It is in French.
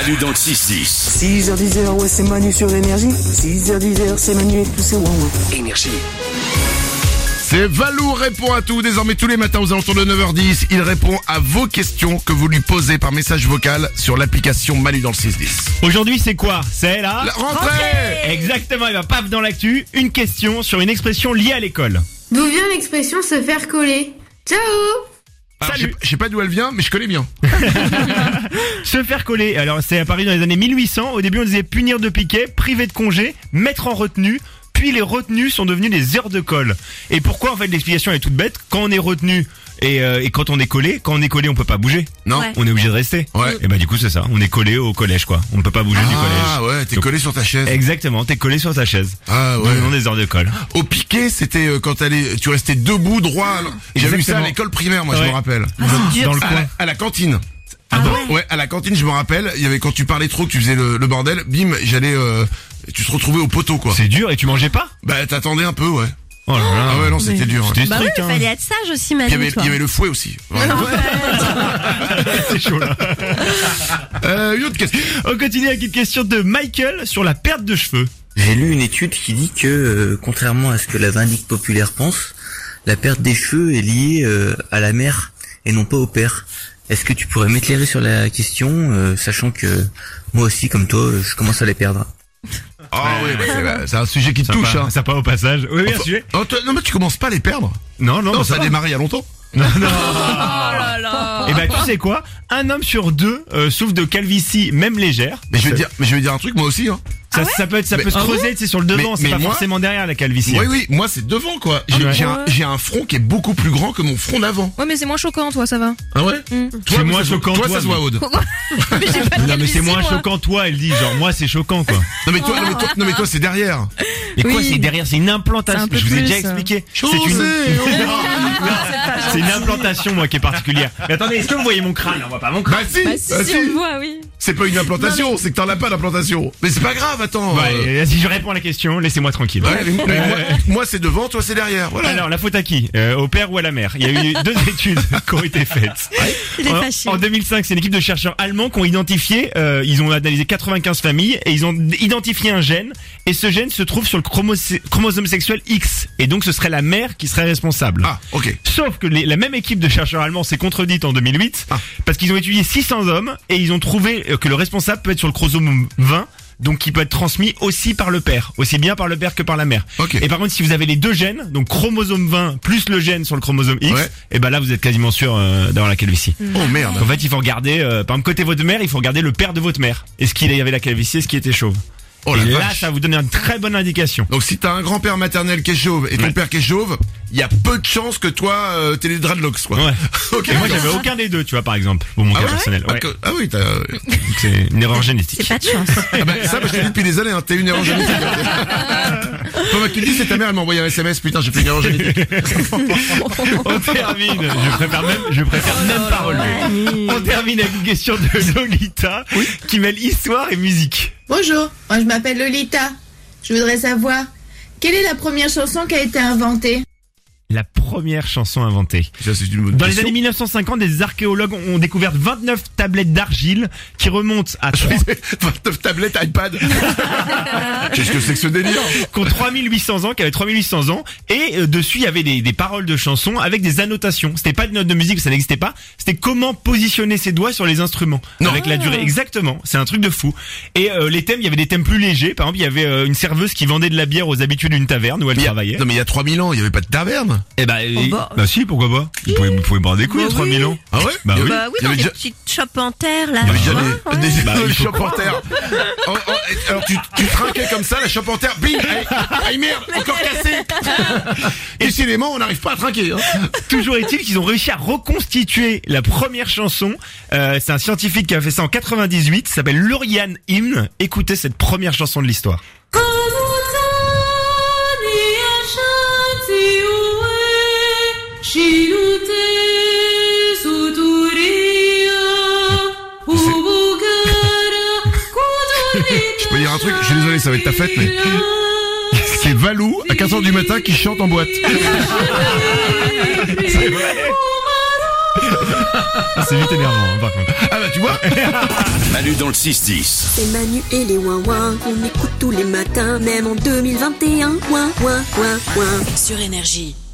Manu dans le 6-10. 6h10, ouais, c'est Manu sur Énergie. 6h10, c'est Manu et tous ses ouin. Énergie. C'est Valou répond à tout. Désormais tous les matins aux alentours de 9h10, il répond à vos questions que vous lui posez par message vocal sur l'application Manu dans le 610. Aujourd'hui, c'est quoi? C'est la rentrée. Exactement, il va paf dans l'actu. Une question sur une expression liée à l'école. D'où vient l'expression se faire coller? Ciao! Alors, Salut. je sais pas d'où elle vient, mais je connais bien. Se faire coller. Alors, c'est apparu dans les années 1800. Au début, on disait punir de piquet, priver de congé, mettre en retenue. Puis les retenues sont devenues des heures de colle. Et pourquoi, en fait, l'explication est toute bête. Quand on est retenu et quand on est collé, on peut pas bouger. Non. Ouais. On est obligé de rester. Ouais. Et bah du coup, c'est ça. On est collé au collège, quoi. On ne peut pas bouger du collège. Ah ouais, t'es Donc, collé sur ta chaise. Exactement, t'es collé sur ta chaise. Ah ouais. Non, des heures de colle. Au piquet, c'était quand tu restais debout, droit. J'avais vu ça à Exactement. l'école primaire, moi, je Ouais. me rappelle. Dans le coin. À la cantine. Ah bon? Ouais, à la cantine, je me rappelle, il y avait quand tu parlais trop, que tu faisais le bordel, bim, j'allais, tu te retrouvais au poteau, quoi. C'est dur et tu mangeais pas? Bah, t'attendais un peu, ouais. Oh là là. Ah ouais, non, c'était dur. Ouais. C'était Bah oui, strict, il hein. fallait être sage aussi, Il y Manu, avait, toi. il y avait le fouet aussi. Ouais. C'est chaud là. Une autre question. On continue avec une question de Michael sur la perte de cheveux. J'ai lu une étude qui dit que, contrairement à ce que la vindicte populaire pense, la perte des cheveux est liée à la mère et non pas au père. Est-ce que tu pourrais m'éclairer sur la question, sachant que moi aussi, comme toi, je commence à les perdre? Ah oui, c'est un sujet qui te touche, hein. Ça pas au passage. Oui, bien sûr. Oh, non, mais tu commences pas à les perdre. Non, Non, bah, ça a va. démarré il y a longtemps. Oh là là. Et bah tu sais quoi? Un homme sur deux souffre de calvitie, même légère. Mais je vais dire un truc, moi aussi, hein. Ça peut se creuser, tu sais, sur le devant. Mais C'est pas moi- forcément derrière la calvitie. Oui, moi c'est devant, quoi. Ouais. J'ai un front qui est beaucoup plus grand que mon front d'avant. Ouais, mais c'est moins choquant, toi, ça va. Ah ouais? C'est moins choquant, toi, toi, ça se voit, Aude. Mais j'ai pas de Non mais c'est calvitie, moins moi. choquant toi, elle dit. Genre moi c'est choquant quoi. Non mais toi c'est derrière. Et quoi Oui. c'est derrière? C'est une implantation. C'est un peu Je vous ai plus, déjà expliqué. C'est José, une... oh. C'est une implantation moi qui est particulière. Mais attendez, est-ce que vous voyez mon crâne? On voit pas mon crâne. Bah si, Bah si, on le voit, oui. C'est pas une implantation, c'est que t'en as pas d'implantation. Mais c'est pas grave, attends. Ouais, si je réponds à la question, laissez-moi tranquille. Ouais, mais moi c'est devant, toi c'est derrière. Voilà. Alors, la faute à qui? Au père ou à la mère? Il y a eu 2 études qui ont été faites. Il est fâché. En 2005, c'est une équipe de chercheurs allemands qui ont identifié, ils ont analysé 95 familles et ils ont identifié un gène. Et ce gène se trouve sur le chromosome sexuel X. Et donc, ce serait la mère qui serait responsable. Ah, ok. Sauf que la même équipe de chercheurs allemands s'est contredite en 2008 parce qu'ils ont étudié 600 hommes et ils ont trouvé que le responsable peut être sur le chromosome 20. Donc qui peut être transmis aussi par le père, aussi bien par le père que par la mère. Ok. Et par contre, si vous avez les deux gènes, donc chromosome 20 plus le gène sur le chromosome X, Ouais. et ben là vous êtes quasiment sûr d'avoir la calvitie. Oh merde. En fait, il faut regarder, par exemple côté votre mère, il faut regarder le père de votre mère. Est-ce qu'il y avait la calvitie, est-ce qu'il était chauve? Oh et la là, vache. ça va vous donne une très bonne indication. Donc si t'as un grand-père maternel qui est chauve et ton Ouais. père qui est chauve, il y a peu de chances que toi t'aies les dreadlocks, quoi. Ouais. Ok. Et moi, j'avais aucun des deux, tu vois, par exemple, pour mon Ah cas ouais personnel. Ah, Ouais. ah oui, t'as. Donc, c'est une erreur génétique. C'est pas de chance. Ah bah, ça, bah, je te dis depuis des années, hein, t'es une erreur génétique. Toi, tu dis, c'est ta mère, elle m'a envoyé un SMS, putain, j'ai fait une erreur génétique. On termine. Je préfère même pas relever. On termine avec une question de Lolita qui mêle histoire et musique. Bonjour, moi je m'appelle Lolita. Je voudrais savoir, quelle est la première chanson qui a été inventée? La première chanson inventée. Ça, c'est une bonne Dans les question. années 1950, des archéologues ont découvert 29 tablettes d'argile qui remontent à 29 tablettes iPad. Qu'est-ce que c'est que ce délire? qui ont 3800 ans, qui avaient 3800 ans, et dessus il y avait des paroles de chansons avec des annotations. C'était pas de notes de musique, ça n'existait pas. C'était comment positionner ses doigts sur les instruments. Non. Avec la durée. Exactement. C'est un truc de fou. Et les thèmes, il y avait des thèmes plus légers. Par exemple, il y avait une serveuse qui vendait de la bière aux habitués d'une taverne où elle travaillait. Non, mais il y a 3000 ans, il y avait pas de taverne. Eh ben, bah si, pourquoi pas? Vous pouvez boire des coups, il y a 3000 ans. Ah ouais? Bah oui. Bah oui, Il y dans avait des déjà- petites chopes en terre, là. Il y avait déjà Ouais, des Bah, il faut chopes en terre. Alors tu trinquais comme ça, la chope en terre, bing, aïe merde, encore cassé. Décidément, on n'arrive pas à trinquer. Hein. Toujours est-il qu'ils ont réussi à reconstituer la première chanson. C'est un scientifique qui a fait ça en 98. Ça s'appelle l'Orion Hymn. Écoutez cette première chanson de l'histoire. Je peux dire un truc, je suis désolé, ça va être ta fête, mais c'est Valou à 15h du matin qui chante en boîte. C'est vrai. C'est vite énervant, hein, par contre. Ah bah tu vois. Manu dans le 6-10. C'est Manu et les ouin-ouin qu'on écoute tous les matins, même en 2021. Ouin, ouin, ouin, ouin. Sur Énergie.